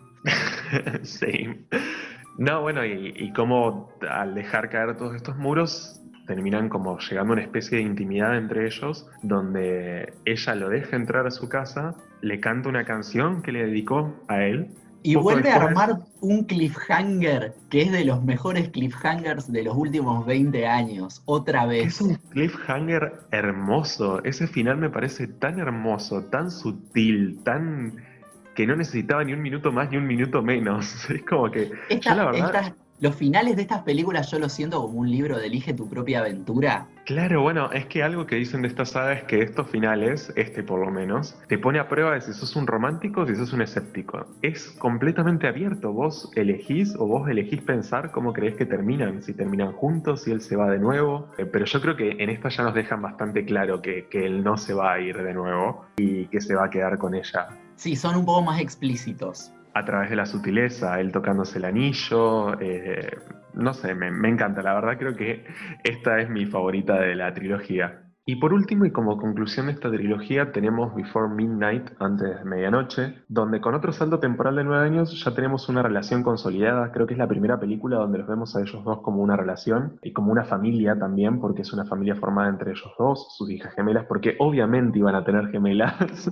Sí. No, bueno, y, y cómo al dejar caer todos estos muros terminan como llegando a una especie de intimidad entre ellos, donde ella lo deja entrar a su casa, le canta una canción que le dedicó a él. Y Poco vuelve a después, armar un cliffhanger que es de los mejores cliffhangers de los últimos veinte años, otra que es vez. un cliffhanger hermoso, ese final me parece tan hermoso, tan sutil, tan que no necesitaba ni un minuto más ni un minuto menos. Es como que yo la Esta, verdad. estas, los finales de estas películas yo los siento como un libro de Elige tu propia aventura. Claro, bueno, es que algo que dicen de esta saga es que estos finales, este por lo menos, te pone a prueba de si sos un romántico o si sos un escéptico. Es completamente abierto, vos elegís o vos elegís pensar cómo creés que terminan, si terminan juntos, si él se va de nuevo. Eh, pero yo creo que en esta ya nos dejan bastante claro que, que él no se va a ir de nuevo y que se va a quedar con ella. Sí, son un poco más explícitos. A través de la sutileza, él tocándose el anillo, eh, no sé, me, me encanta, la verdad creo que esta es mi favorita de la trilogía. Y por último, y como conclusión de esta trilogía, tenemos Before Midnight, antes de medianoche, donde con otro salto temporal de nueve años ya tenemos una relación consolidada. Creo que es la primera película donde los vemos a ellos dos como una relación y como una familia también, porque es una familia formada entre ellos dos, sus hijas gemelas, porque obviamente iban a tener gemelas.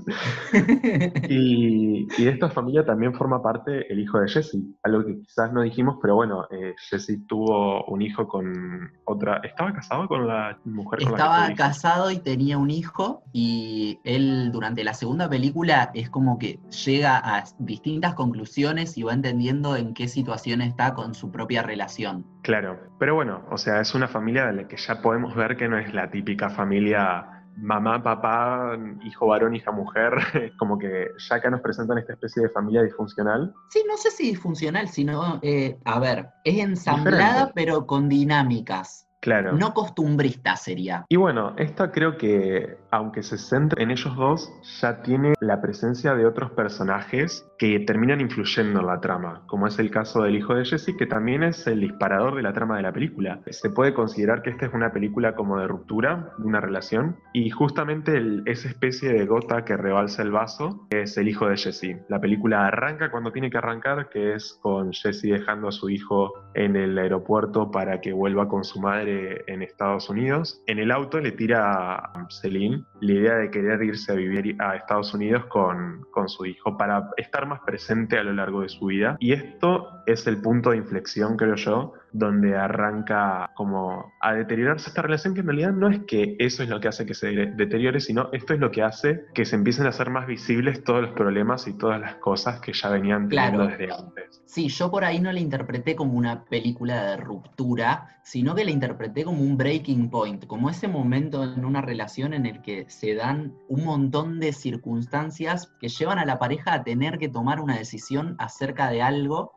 Y, y de esta familia también forma parte el hijo de Jesse, algo que quizás no dijimos, pero bueno, eh, Jesse tuvo un hijo con otra, ¿estaba casado con la mujer con la que tuvo el Estaba hijo? casado y tenía un hijo y él durante la segunda película es como que llega a distintas conclusiones y va entendiendo en qué situación está con su propia relación. Claro, pero bueno, o sea, es una familia de la que ya podemos ver que no es la típica familia mamá, papá, hijo varón, hija mujer, como que ya acá nos presentan esta especie de familia disfuncional. Sí, no sé si disfuncional, sino, eh, a ver, es ensamblada Diferente, pero con dinámicas, claro. no costumbrista sería. Y bueno, esta creo que, aunque se centre en ellos dos, ya tiene la presencia de otros personajes que terminan influyendo en la trama, como es el caso del hijo de Jesse, que también es el disparador de la trama de la película. Se puede considerar que esta es una película como de ruptura, de una relación, y justamente el- esa especie de gota que rebalsa el vaso es el hijo de Jesse. La película arranca cuando tiene que arrancar, que es con Jesse dejando a su hijo en el aeropuerto para que vuelva con su madre en Estados Unidos. En el auto le tira a Celine la idea de querer irse a vivir a Estados Unidos con, con su hijo para estar más presente a lo largo de su vida. Y esto es el punto de inflexión, creo yo, donde arranca como a deteriorarse esta relación, que en realidad no es que eso es lo que hace que se deteriore, sino esto es lo que hace que se empiecen a hacer más visibles todos los problemas y todas las cosas que ya venían teniendo Claro, desde antes. sí, yo por ahí no la interpreté como una película de ruptura, sino que la interpreté como un breaking point, como ese momento en una relación en el que se dan un montón de circunstancias que llevan a la pareja a tener que tomar una decisión acerca de algo y que esa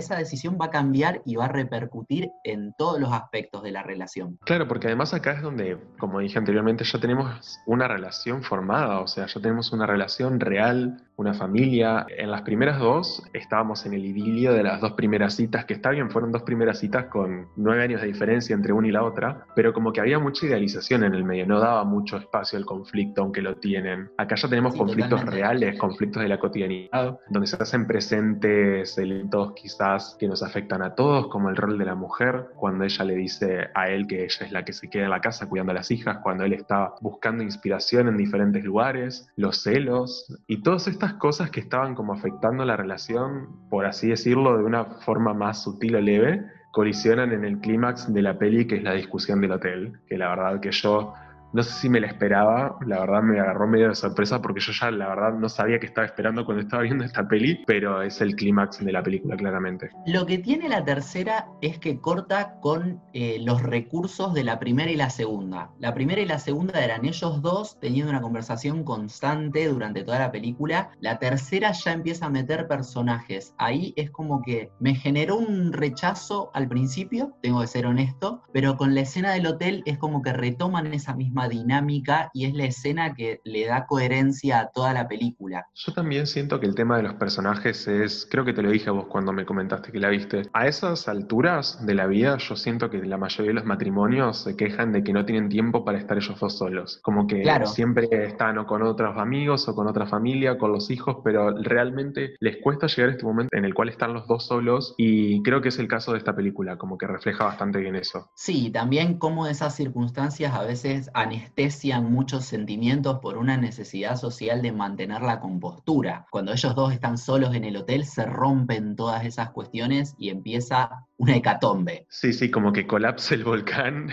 esa decisión va a cambiar y va a repercutir en todos los aspectos de la relación. Claro, porque además acá es donde, como dije anteriormente, ya tenemos una relación formada, o sea, ya tenemos una relación real, una familia. En las primeras dos estábamos en el idilio de las dos primeras citas, que está bien, fueron dos primeras citas con nueve años de diferencia entre una y la otra, pero como que había mucha idealización en el medio, no daba mucho espacio al conflicto, aunque lo tienen. Acá ya tenemos Sí, conflictos totalmente. reales, conflictos de la cotidianidad, donde se hacen presentes elementos quizás que nos afectan a todos, como el rol de la mujer, cuando ella le dice a él que ella es la que se queda en la casa cuidando a las hijas, cuando él está buscando inspiración en diferentes lugares, los celos y todas estas cosas que estaban como afectando la relación, por así decirlo, de una forma más sutil o leve, colisionan en el clímax de la peli, que es la discusión del hotel, que la verdad que yo no sé si me la esperaba, la verdad me agarró medio de sorpresa porque yo ya la verdad no sabía qué estaba esperando cuando estaba viendo esta peli, pero es el clímax de la película claramente. Lo que tiene la tercera es que corta con eh, los recursos de la primera y la segunda. La primera y la segunda eran ellos dos teniendo una conversación constante durante toda la película. La tercera ya empieza a meter personajes. Ahí es como que me generó un rechazo al principio, tengo que ser honesto, pero con la escena del hotel es como que retoman esa misma dinámica y es la escena que le da coherencia a toda la película. Yo también siento que el tema de los personajes es, creo que te lo dije a vos cuando me comentaste que la viste, a esas alturas de la vida yo siento que la mayoría de los matrimonios se quejan de que no tienen tiempo para estar ellos dos solos, como que Claro. siempre están o con otros amigos o con otra familia, con los hijos, pero realmente les cuesta llegar a este momento en el cual están los dos solos y creo que es el caso de esta película, como que refleja bastante bien eso. Sí, también cómo esas circunstancias a veces anestesian muchos sentimientos por una necesidad social de mantener la compostura. Cuando ellos dos están solos en el hotel se rompen todas esas cuestiones y empieza una hecatombe. Sí, sí, como que colapsa el volcán.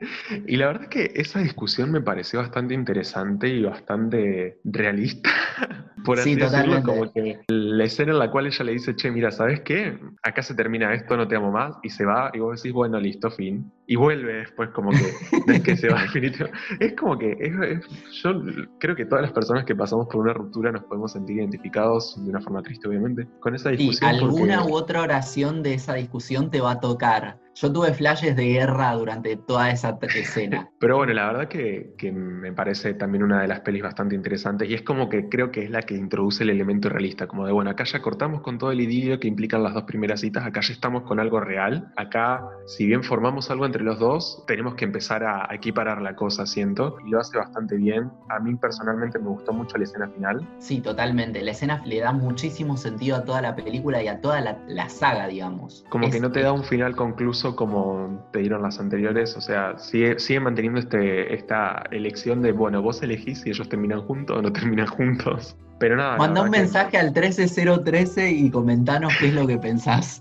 Y la verdad que esa discusión me pareció bastante interesante y bastante realista, por Sí, así decirlo, totalmente. como que la escena en la cual ella le dice, che, mira, ¿sabes qué? Acá se termina esto, no te amo más, y se va, y vos decís, bueno, listo, fin. Y vuelve después como que, no es que se va definitivamente. Es como que, es- es- yo creo que todas las personas que pasamos por una ruptura nos podemos sentir identificados, de una forma triste obviamente, con esa Sí, discusión porque... alguna u otra oración de esa discusión te va a tocar. Yo tuve flashes de guerra durante toda esa t- escena. Pero bueno, la verdad que, que me parece también una de las pelis bastante interesantes y es como que creo que es la que introduce el elemento realista, como de bueno, acá ya cortamos con todo el idilio que implican las dos primeras citas, acá ya estamos con algo real, acá si bien formamos algo entre los dos, tenemos que empezar a, a equiparar la cosa, siento, y lo hace bastante bien. A mí personalmente me gustó mucho la escena final. Sí, totalmente. La escena le da muchísimo sentido a toda la película y a toda la, la saga, digamos. Como que Es, no te es da un final concluso como te dieron las anteriores, o sea, sigue, sigue manteniendo este, esta elección de, bueno, vos elegís si ellos terminan juntos o no terminan juntos. Pero nada, la Manda un verdad que mensaje al trece cero trece y comentanos qué es lo que pensás.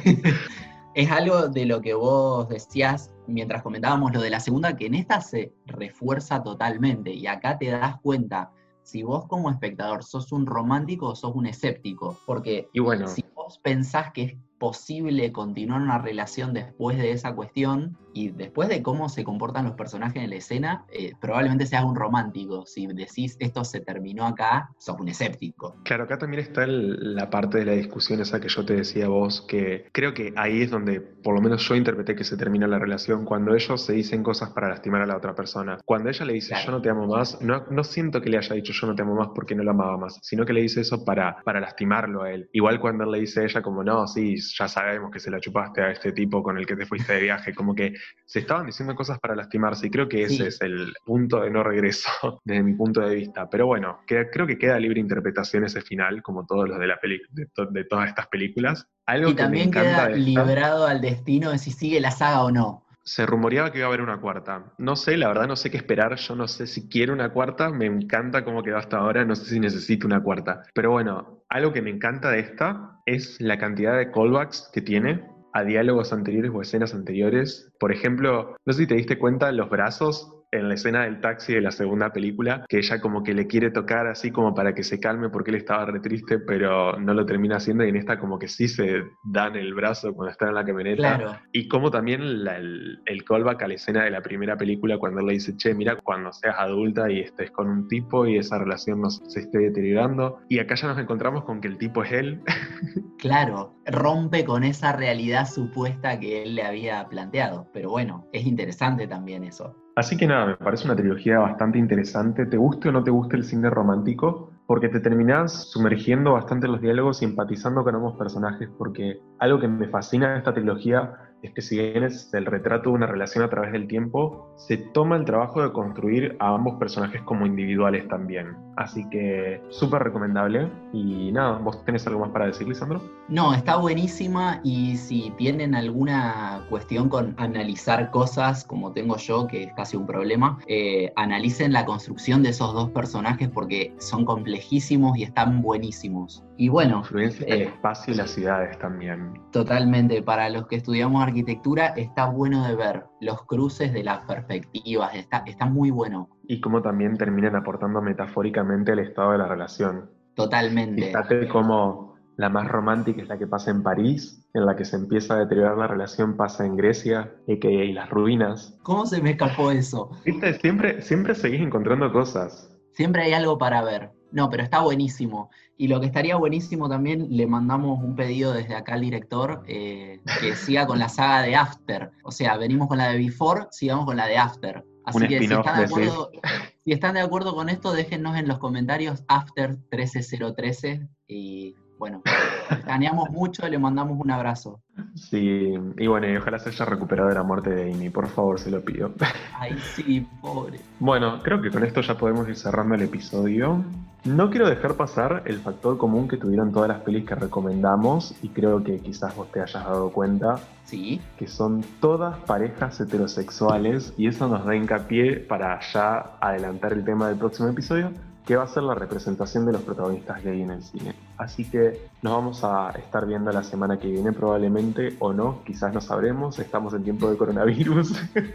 Es algo de lo que vos decías mientras comentábamos lo de la segunda, que en esta se refuerza totalmente. Y acá te das cuenta si vos como espectador sos un romántico o sos un escéptico. Porque y bueno, si vos pensás que es posible continuar una relación después de esa cuestión y después de cómo se comportan los personajes en la escena, eh, probablemente seas un romántico. Si decís esto se terminó acá, sos un escéptico. claro, acá también está el- la parte de la discusión esa que yo te decía a vos, que creo que ahí es donde por lo menos yo interpreté que se termina la relación, cuando ellos se dicen cosas para lastimar a la otra persona. Cuando ella le dice yo Claro. no te amo más, no, no siento que le haya dicho yo no te amo más porque no la amaba más, sino que le dice eso para, para lastimarlo a él. Igual cuando él le dice a ella como no, sí, ya sabemos que se la chupaste a este tipo con el que te fuiste de viaje, como que se estaban diciendo cosas para lastimarse y creo que ese Sí, es el punto de no regreso desde mi punto de vista. Pero bueno, que, creo que queda libre interpretación ese final, como todos los de, la peli de, to- de todas estas películas. y Algo que me también encanta queda de esta, librado al destino de si sigue la saga o no. se rumoreaba que iba a haber una cuarta. No sé, la verdad no sé qué esperar, yo no sé si quiero una cuarta, me encanta cómo quedó hasta ahora, no sé si necesito una cuarta. Pero bueno, algo que me encanta de esta es la cantidad de callbacks que tiene a diálogos anteriores o escenas anteriores. Por ejemplo, no sé si te diste cuenta, los brazos en la escena del taxi de la segunda película, que ella como que le quiere tocar así como para que se calme porque él estaba re triste, pero no lo termina haciendo y en esta como que sí se dan el brazo cuando están en la camioneta. Claro. Y como también la- el, el callback a la escena de la primera película cuando él le dice, che, mira, cuando seas adulta y estés con un tipo y esa relación no se esté deteriorando. Y acá ya nos encontramos con que el tipo es él. Claro, rompe con esa realidad supuesta que él le había planteado. Pero bueno, es interesante también eso. Así que nada, me parece una trilogía bastante interesante. ¿Te guste o no te guste el cine romántico? Porque te terminás sumergiendo bastante en los diálogos y empatizando con ambos personajes, porque algo que me fascina de esta trilogía es que si bien es el retrato de una relación a través del tiempo, se toma el trabajo de construir a ambos personajes como individuales también. Así que súper recomendable. Y nada, ¿vos tenés algo más para decir, Lisandro? No, está buenísima y si tienen alguna cuestión con analizar cosas, como tengo yo, que es casi un problema, eh, analicen la construcción de esos dos personajes porque son complejísimos y están buenísimos. Y bueno, Influencia del eh, espacio y las ciudades también. totalmente, para los que estudiamos arquitectura está bueno de ver los cruces de las perspectivas, está, está muy bueno, Y cómo también terminan aportando metafóricamente el estado de la relación. totalmente. Fíjate cómo la más romántica es la que pasa en París, en la que se empieza a deteriorar la relación pasa en Grecia, y que y las ruinas. ¿Cómo se me escapó eso? Viste, siempre, siempre seguís encontrando cosas. Siempre hay algo para ver. No, pero está buenísimo. Y lo que estaría buenísimo también, le mandamos un pedido desde acá al director, eh, que siga con la saga de After. O sea, venimos con la de Before, sigamos con la de After. Un Así que si spin-off están de de sí. acuerdo, si están de acuerdo con esto, déjennos en los comentarios After trece cero trece. Y bueno, escaneamos mucho, le mandamos un abrazo. Sí, y bueno, y ojalá se haya recuperado de la muerte de Amy, por favor, se lo pido. Ay, sí, pobre. Bueno, creo que con esto ya podemos ir cerrando el episodio. No quiero dejar pasar el factor común que tuvieron todas las pelis que recomendamos, y creo que quizás vos te hayas dado cuenta, Sí, que son todas parejas heterosexuales, y eso nos da hincapié para ya adelantar el tema del próximo episodio, que va a ser la representación de los protagonistas gay en el cine. Así que nos vamos a estar viendo la semana que viene probablemente, o no, quizás no sabremos, estamos en tiempo de coronavirus.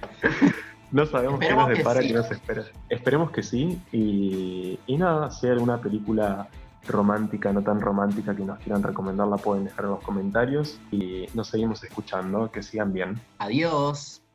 No sabemos qué esperemos nos que depara, sí. qué nos espera. Esperemos que sí, y, y nada, si hay alguna película romántica, no tan romántica que nos quieran recomendar, la pueden dejar en los comentarios, y nos seguimos escuchando, que sigan bien. Adiós.